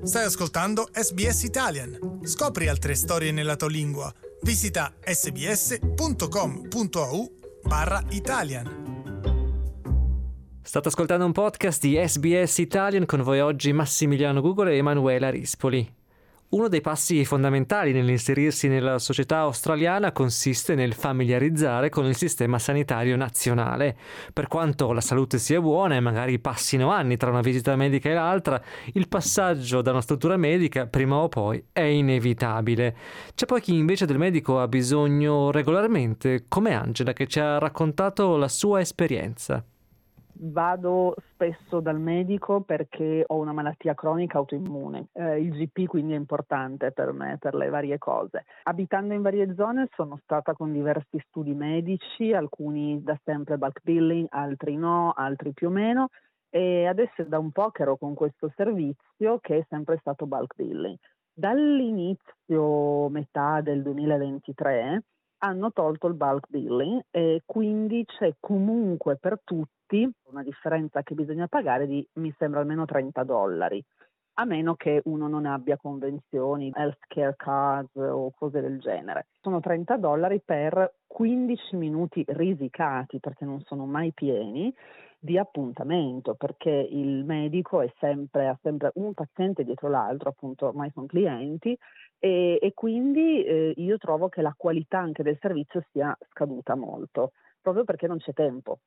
Stai ascoltando SBS Italian. Scopri altre storie nella tua lingua. Visita sbs.com.au/Italian. State ascoltando un podcast di SBS Italian, con voi oggi Massimiliano Gugolo e Emanuela Rispoli. Uno dei passi fondamentali nell'inserirsi nella società australiana consiste nel familiarizzare con il sistema sanitario nazionale. Per quanto la salute sia buona e magari passino anni tra una visita medica e l'altra, il passaggio da una struttura medica prima o poi è inevitabile. C'è poi chi invece del medico ha bisogno regolarmente, come Angela, che ci ha raccontato la sua esperienza. Vado spesso dal medico perché ho una malattia cronica autoimmune. Il GP quindi è importante per me, per le varie cose. Abitando in varie zone sono stata con diversi studi medici, alcuni da sempre bulk billing, altri no, altri più o meno, e adesso è da un po' che ero con questo servizio che è sempre stato bulk billing. Dall'inizio metà del 2023 hanno tolto il bulk billing e quindi c'è comunque per tutti una differenza che bisogna pagare di, mi sembra, almeno $30, a meno che uno non abbia convenzioni, healthcare cards o cose del genere. Sono $30 per 15 minuti risicati, perché non sono mai pieni, di appuntamento, perché il medico ha sempre un paziente dietro l'altro, appunto ormai sono clienti, e quindi io trovo che la qualità anche del servizio sia scaduta molto, proprio perché non c'è tempo.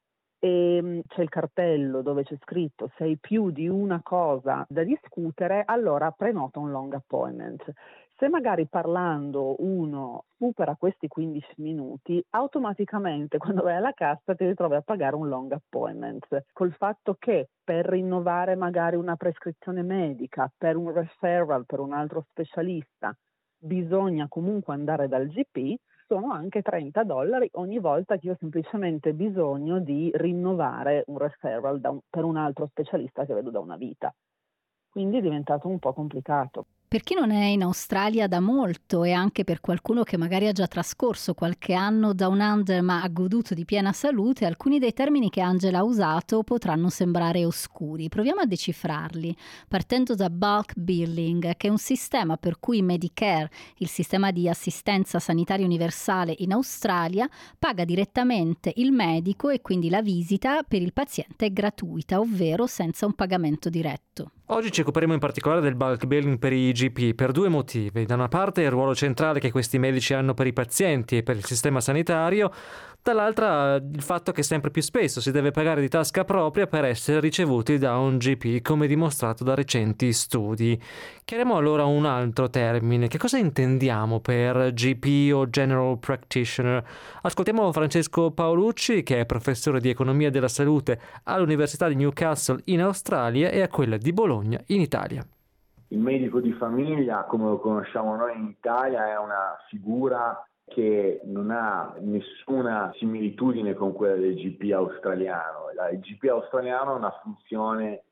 E c'è il cartello dove c'è scritto: se hai più di una cosa da discutere, allora prenota un long appointment. Se magari parlando uno supera questi 15 minuti, automaticamente quando vai alla cassa ti ritrovi a pagare un long appointment, col fatto che per rinnovare magari una prescrizione medica, per un referral per un altro specialista, bisogna comunque andare dal GP. Sono anche $30 ogni volta che io ho semplicemente bisogno di rinnovare un referral per un altro specialista che vedo da una vita. Quindi è diventato un po' complicato. Per chi non è in Australia da molto e anche per qualcuno che magari ha già trascorso qualche anno Down Under ma ha goduto di piena salute, alcuni dei termini che Angela ha usato potranno sembrare oscuri. Proviamo a decifrarli, partendo da bulk billing, che è un sistema per cui Medicare, il sistema di assistenza sanitaria universale in Australia, paga direttamente il medico e quindi la visita per il paziente è gratuita, ovvero senza un pagamento diretto. Oggi ci occuperemo in particolare del bulk billing per i GP per due motivi. Da una parte il ruolo centrale che questi medici hanno per i pazienti e per il sistema sanitario, dall'altra il fatto che sempre più spesso si deve pagare di tasca propria per essere ricevuti da un GP, come dimostrato da recenti studi. Chiariamo allora un altro termine. Che cosa intendiamo per GP o General Practitioner? Ascoltiamo Francesco Paolucci, che è professore di economia della salute all'Università di Newcastle in Australia e a quella di Bologna in Italia. Il medico di famiglia, come lo conosciamo noi in Italia, è una figura che non ha nessuna similitudine con quella del GP australiano. Il GP australiano ha una funzione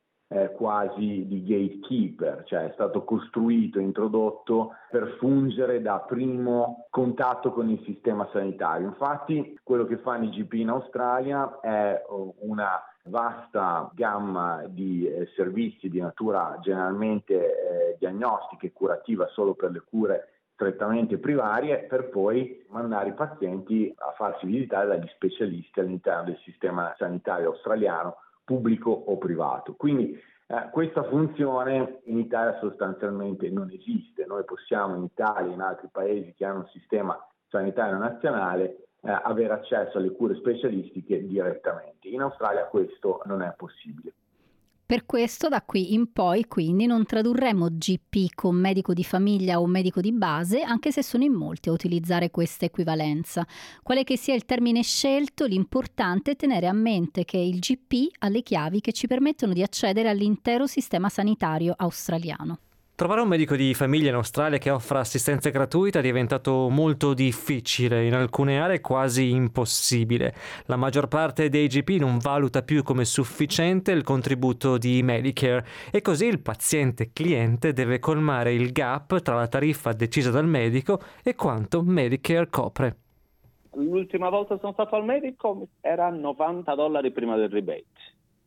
quasi di gatekeeper, cioè è stato costruito, introdotto per fungere da primo contatto con il sistema sanitario. Infatti quello che fanno i GP in Australia è una vasta gamma di servizi di natura generalmente diagnostica e curativa solo per le cure strettamente primarie, per poi mandare i pazienti a farsi visitare dagli specialisti all'interno del sistema sanitario australiano, pubblico o privato. Quindi questa funzione in Italia sostanzialmente non esiste. Noi possiamo in Italia e in altri paesi che hanno un sistema sanitario nazionale avere accesso alle cure specialistiche direttamente. In Australia questo non è possibile. Per questo da qui in poi quindi non tradurremo GP con medico di famiglia o medico di base, anche se sono in molti a utilizzare questa equivalenza. Quale che sia il termine scelto, l'importante è tenere a mente che il GP ha le chiavi che ci permettono di accedere all'intero sistema sanitario australiano. Trovare un medico di famiglia in Australia che offra assistenza gratuita è diventato molto difficile, in alcune aree quasi impossibile. La maggior parte dei GP non valuta più come sufficiente il contributo di Medicare e così il paziente cliente deve colmare il gap tra la tariffa decisa dal medico e quanto Medicare copre. L'ultima volta sono stato al medico era $90 prima del rebate.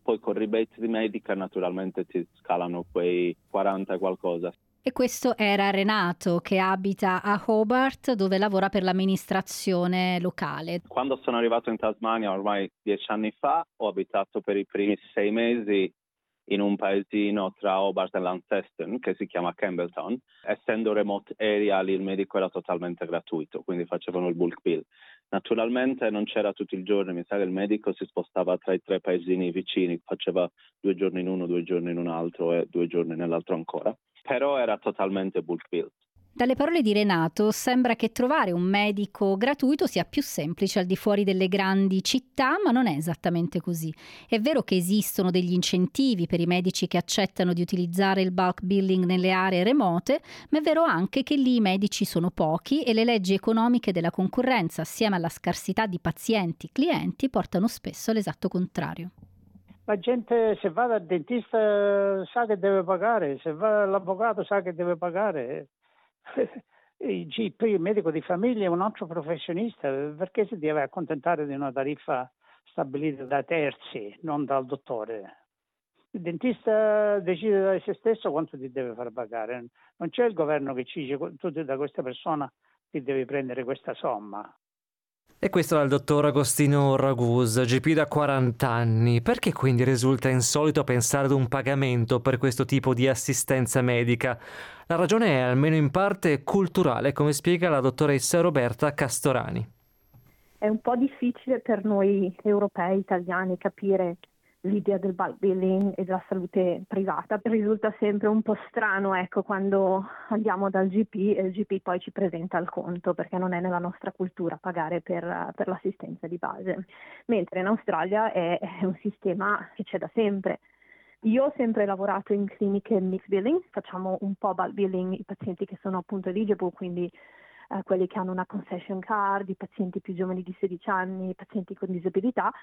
Poi con rebate di Medicare naturalmente ti scalano quei 40 e qualcosa. E questo era Renato, che abita a Hobart, dove lavora per l'amministrazione locale. Quando sono arrivato in Tasmania ormai 10 anni fa, ho abitato per i primi 6 mesi in un paesino tra Hobart e Launceston che si chiama Campbelltown. Essendo remote area, lì il medico era totalmente gratuito, quindi facevano il bulk bill. Naturalmente non c'era tutti i giorni, mi sa che il medico si spostava tra i 3 paesini vicini, faceva 2 giorni in uno, 2 giorni in un altro e 2 giorni nell'altro ancora. Però era totalmente bulk bill. Dalle parole di Renato sembra che trovare un medico gratuito sia più semplice al di fuori delle grandi città, ma non è esattamente così. È vero che esistono degli incentivi per i medici che accettano di utilizzare il bulk billing nelle aree remote, ma è vero anche che lì i medici sono pochi e le leggi economiche della concorrenza, assieme alla scarsità di pazienti-clienti, portano spesso all'esatto contrario. La gente, se va dal dentista, sa che deve pagare, se va all'avvocato sa che deve pagare. Il GP, il medico di famiglia, è un altro professionista, perché si deve accontentare di una tariffa stabilita da terzi, non dal dottore? Il dentista decide da se stesso quanto ti deve far pagare, non c'è il governo che ci dice tu da questa persona ti devi prendere questa somma. E questo era il dottor Agostino Ragus, GP da 40 anni. Perché quindi risulta insolito pensare ad un pagamento per questo tipo di assistenza medica? La ragione è, almeno in parte, culturale, come spiega la dottoressa Roberta Castorani. È un po' difficile per noi europei, italiani, capire l'idea del bulk billing e della salute privata. Risulta sempre un po' strano, quando andiamo dal GP e il GP poi ci presenta il conto, perché non è nella nostra cultura pagare per l'assistenza di base. Mentre in Australia è un sistema che c'è da sempre. Io ho sempre lavorato in cliniche mixed billing, facciamo un po' bulk billing i pazienti che sono appunto eligible, quindi quelli che hanno una concession card, i pazienti più giovani di 16 anni, i pazienti con disabilità,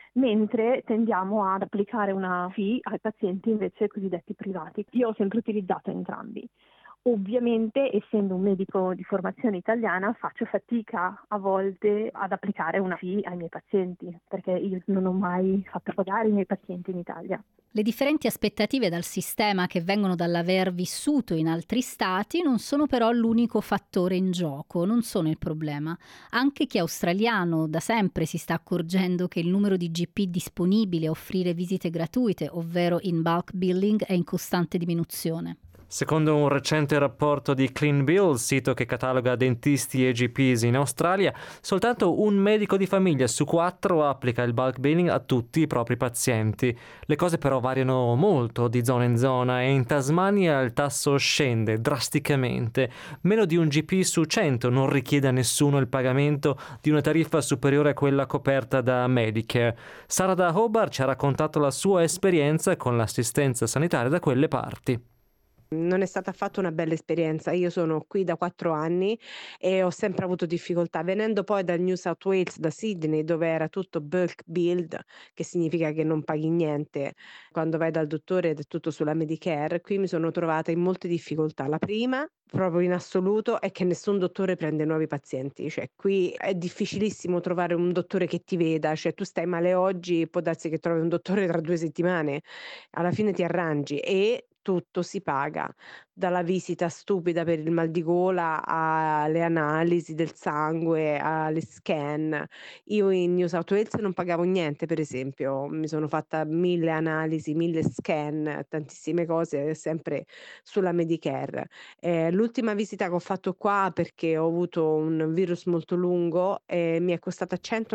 mentre tendiamo ad applicare una fee ai pazienti invece cosiddetti privati. Io ho sempre utilizzato entrambi. Ovviamente, essendo un medico di formazione italiana, faccio fatica a volte ad applicare una fee ai miei pazienti, perché io non ho mai fatto pagare i miei pazienti in Italia. Le differenti aspettative dal sistema che vengono dall'aver vissuto in altri stati non sono però l'unico fattore in gioco, non sono il problema. Anche chi è australiano da sempre si sta accorgendo che il numero di GP disponibili a offrire visite gratuite, ovvero in bulk billing, è in costante diminuzione. Secondo un recente rapporto di Clean Bill, sito che cataloga dentisti e GPs in Australia, soltanto un medico di famiglia su 4 applica il bulk billing a tutti i propri pazienti. Le cose però variano molto di zona in zona e in Tasmania il tasso scende drasticamente. Meno di un GP su 100 non richiede a nessuno il pagamento di una tariffa superiore a quella coperta da Medicare. Sara da Hobart ci ha raccontato la sua esperienza con l'assistenza sanitaria da quelle parti. Non è stata affatto una bella esperienza. Io sono qui da 4 anni e ho sempre avuto difficoltà. Venendo poi dal New South Wales, da Sydney, dove era tutto bulk billed, che significa che non paghi niente quando vai dal dottore ed è tutto sulla Medicare, qui mi sono trovata in molte difficoltà. La prima, proprio in assoluto, è che nessun dottore prende nuovi pazienti. Cioè, qui è difficilissimo trovare un dottore che ti veda. Cioè, tu stai male oggi, può darsi che trovi un dottore tra 2 settimane. Alla fine ti arrangi e tutto si paga, dalla visita stupida per il mal di gola alle analisi del sangue, alle scan. Io in New South Wales non pagavo niente, per esempio, mi sono fatta 1000 analisi, 1000 scan, tantissime cose, sempre sulla Medicare. L'ultima visita che ho fatto qua, perché ho avuto un virus molto lungo, mi è costata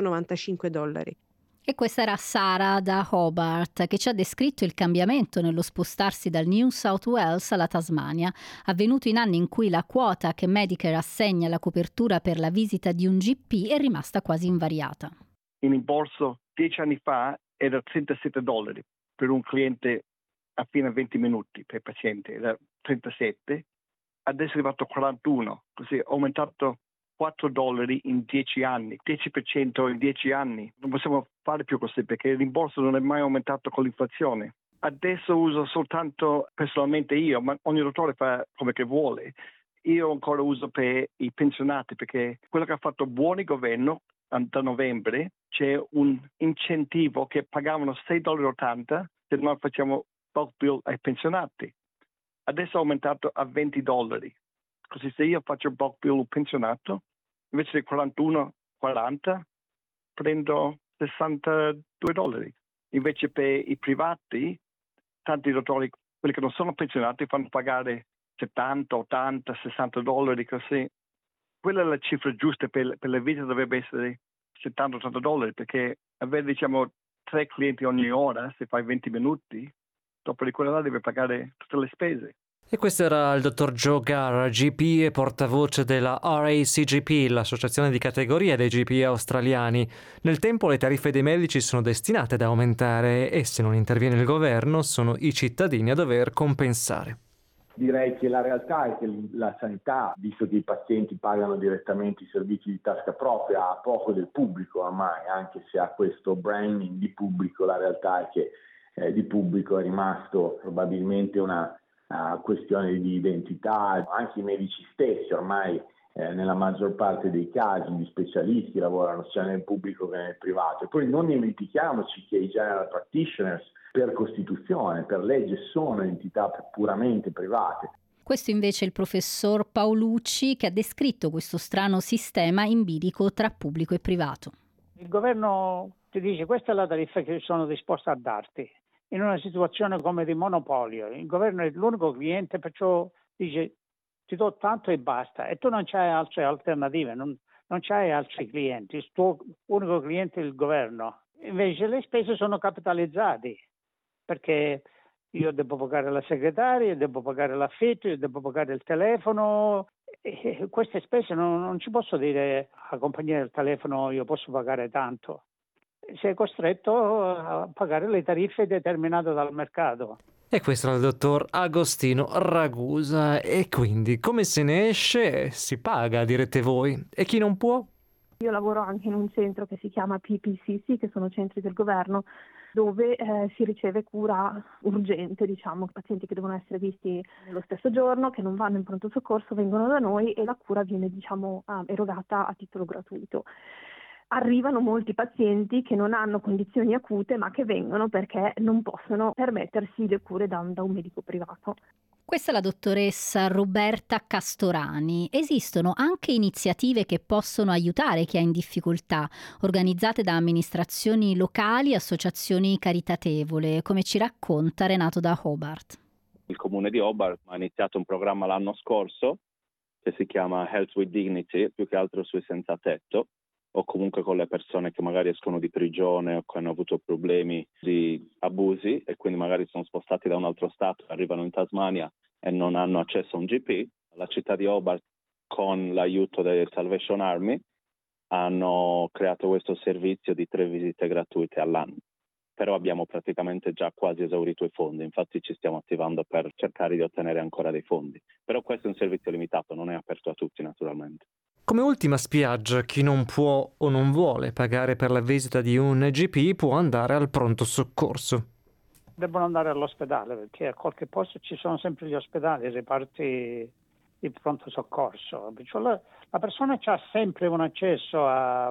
$195. E questa era Sara da Hobart, che ci ha descritto il cambiamento nello spostarsi dal New South Wales alla Tasmania, avvenuto in anni in cui la quota che Medicare assegna alla copertura per la visita di un GP è rimasta quasi invariata. In rimborso 10 anni fa era $37 per un cliente a fine 20 minuti per paziente, era 37, adesso è arrivato a 41, così è aumentato $4 in 10 anni, 10% in 10 anni. Non possiamo fare più così perché il rimborso non è mai aumentato con l'inflazione. Adesso uso soltanto personalmente io, ma ogni dottore fa come che vuole. Io ancora uso per i pensionati perché quello che ha fatto buon il governo da novembre c'è un incentivo che pagavano $6,80 se noi facciamo bulk bill ai pensionati. Adesso è aumentato a $20. Così se io faccio bulk bill al pensionato, invece di $41,40 prendo $62. Invece per i privati, tanti dottori, quelli che non sono pensionati, fanno pagare $70, $80, $60, così. Quella è la cifra giusta per la visita, dovrebbe essere $70-$80, perché avere 3 clienti ogni ora, se fai 20 minuti, dopo di quella là devi pagare tutte le spese. E questo era il dottor Joe Garra, GP e portavoce della RACGP, l'associazione di categoria dei GP australiani. Nel tempo le tariffe dei medici sono destinate ad aumentare e se non interviene il governo sono i cittadini a dover compensare. Direi che la realtà è che la sanità, visto che i pazienti pagano direttamente i servizi di tasca propria, ha poco del pubblico ormai, anche se ha questo branding di pubblico, la realtà è che di pubblico è rimasto probabilmente una questione di identità. Anche i medici stessi ormai nella maggior parte dei casi gli specialisti lavorano sia nel pubblico che nel privato. E poi non dimentichiamoci che i general practitioners per Costituzione, per legge, sono entità puramente private. Questo invece è il professor Paolucci che ha descritto questo strano sistema in bilico tra pubblico e privato. Il governo ti dice questa è la tariffa che sono disposto a darti. In una situazione come di monopolio, il governo è l'unico cliente, perciò dice ti do tanto e basta, e tu non c'hai altre alternative, non c'hai altri clienti, il tuo unico cliente è il governo. Invece le spese sono capitalizzate, perché io devo pagare la segretaria, devo pagare l'affitto, io devo pagare il telefono, e queste spese non ci posso dire alla compagnia del telefono io posso pagare tanto. Sei costretto a pagare le tariffe determinate dal mercato. E questo era il dottor Agostino Ragusa. E quindi come se ne esce? Si paga, direte voi. E chi non può? Io lavoro anche in un centro che si chiama PPCC, che sono centri del governo, dove si riceve cura urgente, pazienti che devono essere visti nello stesso giorno, che non vanno in pronto soccorso, vengono da noi e la cura viene erogata a titolo gratuito. Arrivano molti pazienti che non hanno condizioni acute ma che vengono perché non possono permettersi le cure da un medico privato. Questa è la dottoressa Roberta Castorani. Esistono anche iniziative che possono aiutare chi è in difficoltà, organizzate da amministrazioni locali e associazioni caritatevole, come ci racconta Renato da Hobart. Il comune di Hobart ha iniziato un programma l'anno scorso che si chiama Health with Dignity, più che altro sui senza tetto, o comunque con le persone che magari escono di prigione o che hanno avuto problemi di abusi e quindi magari sono spostati da un altro stato, arrivano in Tasmania e non hanno accesso a un GP. La città di Hobart, con l'aiuto del Salvation Army, hanno creato questo servizio di 3 visite gratuite all'anno. Però abbiamo praticamente già quasi esaurito i fondi, infatti ci stiamo attivando per cercare di ottenere ancora dei fondi. Però questo è un servizio limitato, non è aperto a tutti naturalmente. Come ultima spiaggia, chi non può o non vuole pagare per la visita di un GP può andare al pronto soccorso. Devono andare all'ospedale, perché a qualche posto ci sono sempre gli ospedali, i reparti di pronto soccorso. Cioè la persona ha sempre un accesso a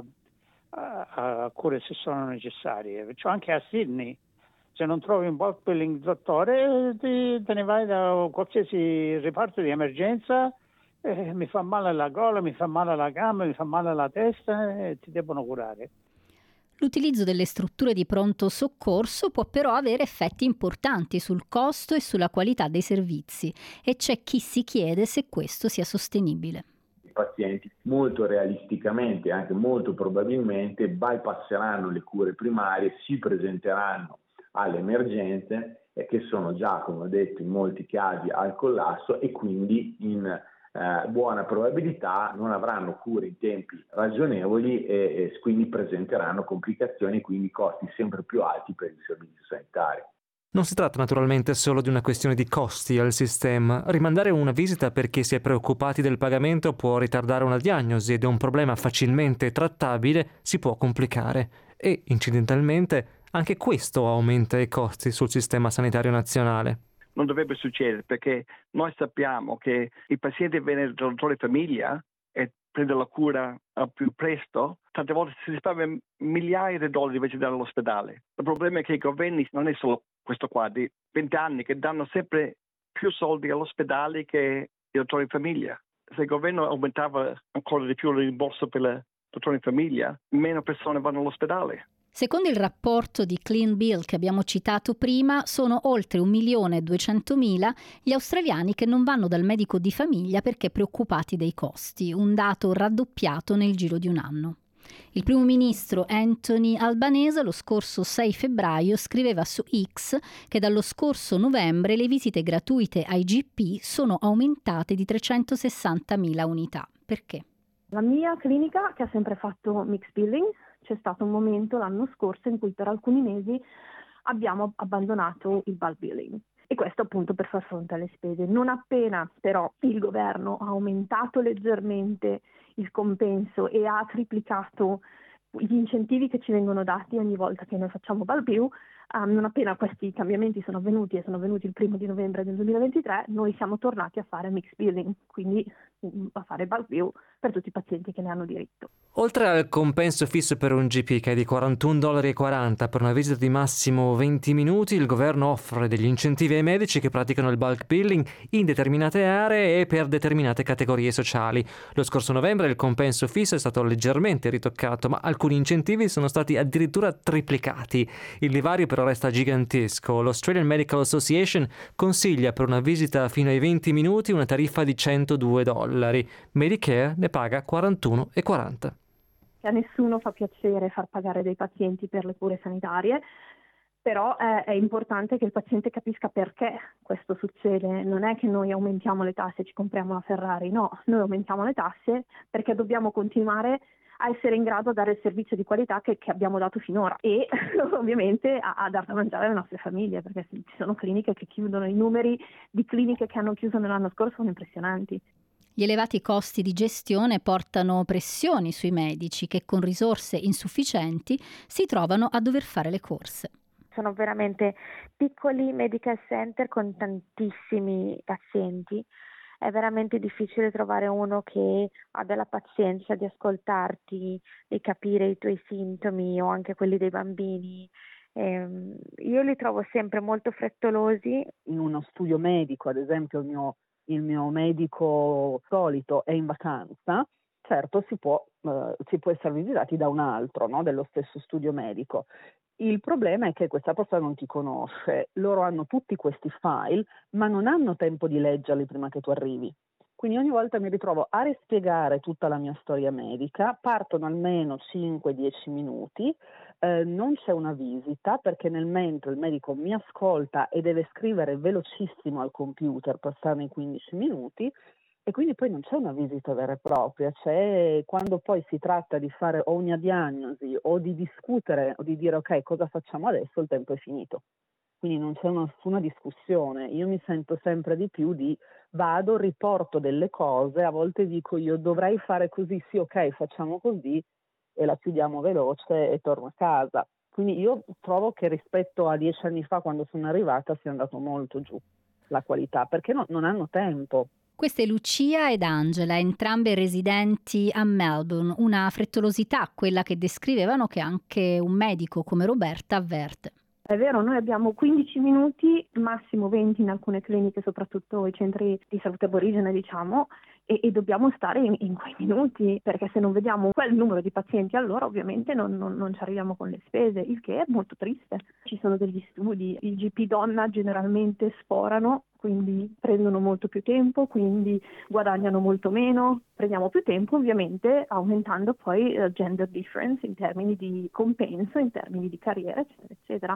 cure se sono necessarie. Cioè anche a Sydney, se non trovi un bulk billing dottore, te ne vai da qualsiasi reparto di emergenza. Mi fa male la gola, mi fa male la gamba, mi fa male la testa e ti debbono curare. L'utilizzo delle strutture di pronto soccorso può però avere effetti importanti sul costo e sulla qualità dei servizi e c'è chi si chiede se questo sia sostenibile. I pazienti molto realisticamente, anche molto probabilmente, bypasseranno le cure primarie, si presenteranno alle emergenze che sono già, come ho detto, in molti casi al collasso e quindi in buona probabilità non avranno cure in tempi ragionevoli e quindi presenteranno complicazioni e quindi costi sempre più alti per il servizio sanitario. Non si tratta naturalmente solo di una questione di costi al sistema. Rimandare una visita perché si è preoccupati del pagamento può ritardare una diagnosi ed è un problema facilmente trattabile si può complicare e, incidentalmente, anche questo aumenta i costi sul sistema sanitario nazionale. Non dovrebbe succedere perché noi sappiamo che i pazienti vengono dal dottore famiglia e prendere la cura più presto, tante volte si risparmia migliaia di dollari invece di andare all'ospedale. Il problema è che i governi, non è solo questo qua, di 20 anni, che danno sempre più soldi all'ospedale che i dottori in famiglia. Se il governo aumentava ancora di più il rimborso per i dottori in famiglia, meno persone vanno all'ospedale. Secondo il rapporto di Clean Bill che abbiamo citato prima, sono oltre 1.200.000 gli australiani che non vanno dal medico di famiglia perché preoccupati dei costi, un dato raddoppiato nel giro di un anno. Il primo ministro Anthony Albanese lo scorso 6 febbraio scriveva su X che dallo scorso novembre le visite gratuite ai GP sono aumentate di 360.000 unità. Perché? La mia clinica, che ha sempre fatto mixed billing, c'è stato un momento l'anno scorso in cui per alcuni mesi abbiamo abbandonato il bulk billing. E questo appunto per far fronte alle spese. Non appena però il governo ha aumentato leggermente il compenso e ha triplicato gli incentivi che ci vengono dati ogni volta che noi facciamo bulk bill, non appena questi cambiamenti sono avvenuti e sono avvenuti il 1 di novembre del 2023, noi siamo tornati a fare mixed billing, quindi a fare bulk bill per tutti i pazienti che ne hanno diritto. Oltre al compenso fisso per un GP che è di $41,40 per una visita di massimo 20 minuti, il governo offre degli incentivi ai medici che praticano il bulk billing in determinate aree e per determinate categorie sociali. Lo scorso novembre il compenso fisso è stato leggermente ritoccato, ma alcuni incentivi sono stati addirittura triplicati. Il divario però resta gigantesco. L'Australian Medical Association consiglia per una visita fino ai 20 minuti una tariffa di $102. Medicare ne paga $41,40. A nessuno fa piacere far pagare dei pazienti per le cure sanitarie, però è importante che il paziente capisca perché questo succede. Non è che noi aumentiamo le tasse e ci compriamo una Ferrari, no, noi aumentiamo le tasse perché dobbiamo continuare a essere in grado di dare il servizio di qualità che abbiamo dato finora e ovviamente a dar da mangiare alle nostre famiglie, perché ci sono cliniche che chiudono. I numeri di cliniche che hanno chiuso nell'anno scorso sono impressionanti. Gli elevati costi di gestione portano pressioni sui medici che con risorse insufficienti si trovano a dover fare le corse. Sono veramente piccoli medical center con tantissimi pazienti. È veramente difficile trovare uno che abbia la pazienza di ascoltarti, di capire i tuoi sintomi o anche quelli dei bambini. Io li trovo sempre molto frettolosi. In uno studio medico, ad esempio, il mio medico solito è in vacanza, certo si può essere visitati da un altro, no, dello stesso studio medico. Il problema è che questa persona non ti conosce, loro hanno tutti questi file, ma non hanno tempo di leggerli prima che tu arrivi. Quindi ogni volta mi ritrovo a rispiegare tutta la mia storia medica, partono almeno 5-10 minuti, non c'è una visita perché nel mentre il medico mi ascolta e deve scrivere velocissimo al computer per stare nei 15 minuti e quindi poi non c'è una visita vera e propria, c'è quando poi si tratta di fare o una diagnosi o di discutere o di dire ok cosa facciamo adesso, il tempo è finito. Quindi non c'è nessuna discussione, io mi sento sempre di più di vado, riporto delle cose, a volte dico io dovrei fare così, sì ok facciamo così e la chiudiamo veloce e torno a casa. Quindi io trovo che rispetto a 10 anni fa quando sono arrivata sia andato molto giù la qualità, perché non hanno tempo. Questa è Lucia ed Angela, entrambe residenti a Melbourne, una frettolosità, quella che descrivevano che anche un medico come Roberta avverte. È vero, noi abbiamo 15 minuti, massimo 20 in alcune cliniche, soprattutto i centri di salute aborigene, diciamo, e dobbiamo stare in quei minuti, perché se non vediamo quel numero di pazienti allora ovviamente non ci arriviamo con le spese, il che è molto triste. Ci sono degli studi, i GP donna generalmente sforano, quindi prendono molto più tempo, quindi guadagnano molto meno, prendiamo più tempo ovviamente aumentando poi gender difference in termini di compenso, in termini di carriera, eccetera, eccetera.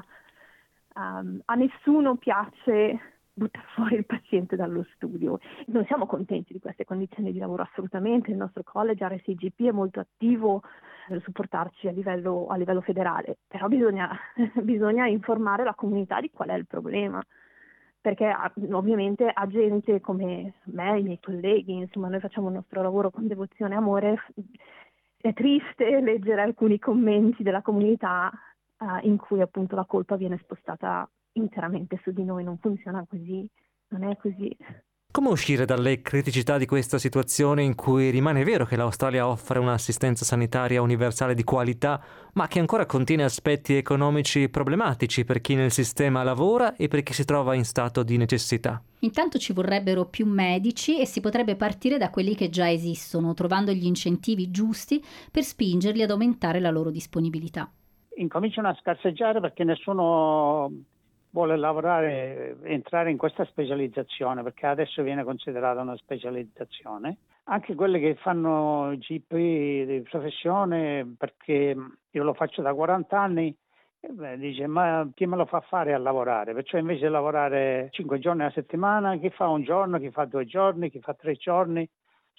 A nessuno piace buttare fuori il paziente dallo studio. Non siamo contenti di queste condizioni di lavoro assolutamente, il nostro college RSIGP è molto attivo nel supportarci a livello federale, però bisogna informare la comunità di qual è il problema. Perché ovviamente a gente come me, i miei colleghi, insomma noi facciamo il nostro lavoro con devozione e amore, è triste leggere alcuni commenti della comunità in cui appunto la colpa viene spostata interamente su di noi, non funziona così, non è così. Come uscire dalle criticità di questa situazione in cui rimane vero che l'Australia offre un'assistenza sanitaria universale di qualità, ma che ancora contiene aspetti economici problematici per chi nel sistema lavora e per chi si trova in stato di necessità? Intanto ci vorrebbero più medici e si potrebbe partire da quelli che già esistono, trovando gli incentivi giusti per spingerli ad aumentare la loro disponibilità. Incominciano a scarseggiare perché nessuno vuole lavorare, entrare in questa specializzazione, perché adesso viene considerata una specializzazione. Anche quelli che fanno GP di professione, perché io lo faccio da 40 anni, dice ma chi me lo fa fare a lavorare? Perciò invece di lavorare 5 giorni alla settimana, chi fa un giorno, chi fa 2 giorni, chi fa 3 giorni,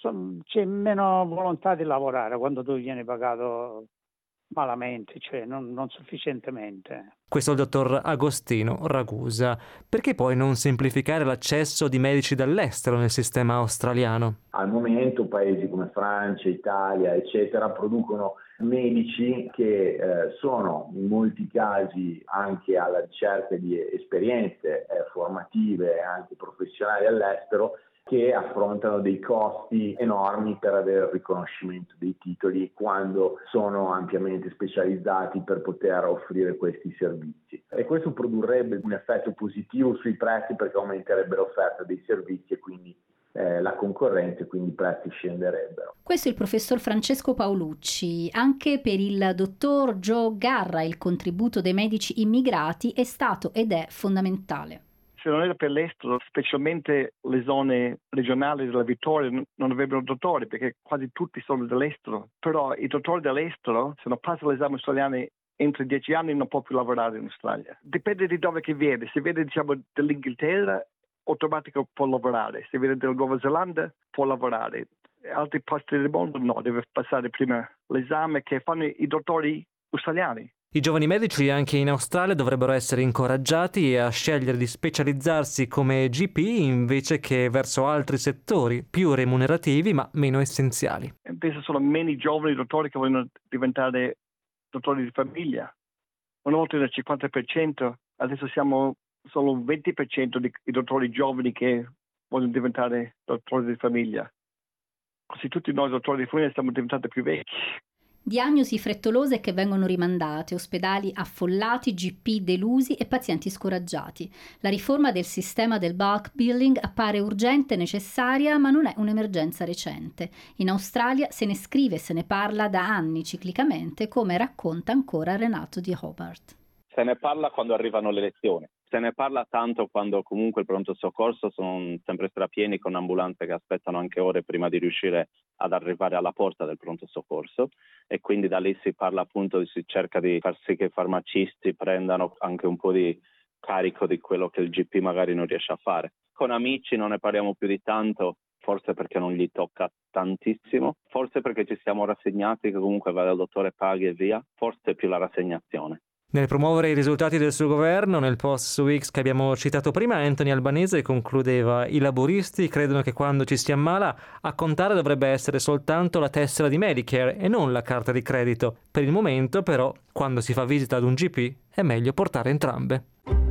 c'è meno volontà di lavorare quando tu vieni pagato malamente, cioè non sufficientemente. Questo è il dottor Agostino Ragusa. Perché poi non semplificare l'accesso di medici dall'estero nel sistema australiano? Al momento paesi come Francia, Italia, eccetera, producono medici che sono in molti casi anche alla ricerca di esperienze formative e anche professionali all'estero, che affrontano dei costi enormi per avere il riconoscimento dei titoli quando sono ampiamente specializzati per poter offrire questi servizi. E questo produrrebbe un effetto positivo sui prezzi perché aumenterebbe l'offerta dei servizi e quindi la concorrenza e quindi i prezzi scenderebbero. Questo è il professor Francesco Paolucci. Anche per il dottor Joe Garra il contributo dei medici immigrati è stato ed è fondamentale. Se non era per l'estero, specialmente le zone regionali della Vittoria non avrebbero dottori perché quasi tutti sono dall'estero, però i dottori dall'estero, se non passa l'esame australiano entro 10 anni non può più lavorare in Australia. Dipende di dove che viene, se viene dall'Inghilterra automatico può lavorare, se viene dalla Nuova Zelanda può lavorare, altri posti del mondo no, deve passare prima l'esame che fanno i dottori australiani. I giovani medici anche in Australia dovrebbero essere incoraggiati a scegliere di specializzarsi come GP invece che verso altri settori più remunerativi ma meno essenziali. Penso sono meno giovani dottori che vogliono diventare dottori di famiglia. Una volta era il 50%, adesso siamo solo un 20% di dottori giovani che vogliono diventare dottori di famiglia. Così tutti noi dottori di famiglia siamo diventati più vecchi. Diagnosi frettolose che vengono rimandate, ospedali affollati, GP delusi e pazienti scoraggiati. La riforma del sistema del bulk billing appare urgente e necessaria, ma non è un'emergenza recente. In Australia se ne scrive e se ne parla da anni ciclicamente, come racconta ancora Renato di Hobart. Se ne parla quando arrivano le elezioni. Se ne parla tanto quando comunque il pronto soccorso sono sempre strapieni con ambulanze che aspettano anche ore prima di riuscire ad arrivare alla porta del pronto soccorso e quindi da lì si parla appunto, si cerca di far sì che i farmacisti prendano anche un po' di carico di quello che il GP magari non riesce a fare. Con amici non ne parliamo più di tanto, forse perché non gli tocca tantissimo, forse perché ci siamo rassegnati che comunque va dal dottore, paghi e via, forse più la rassegnazione. Nel promuovere i risultati del suo governo, nel post su X che abbiamo citato prima, Anthony Albanese concludeva: i laburisti credono che quando ci si ammala a contare dovrebbe essere soltanto la tessera di Medicare e non la carta di credito. Per il momento, però, quando si fa visita ad un GP è meglio portare entrambe.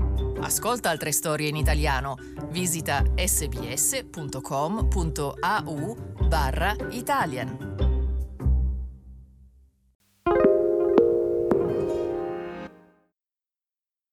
Ascolta altre storie in italiano. Visita sbs.com.au/Italian.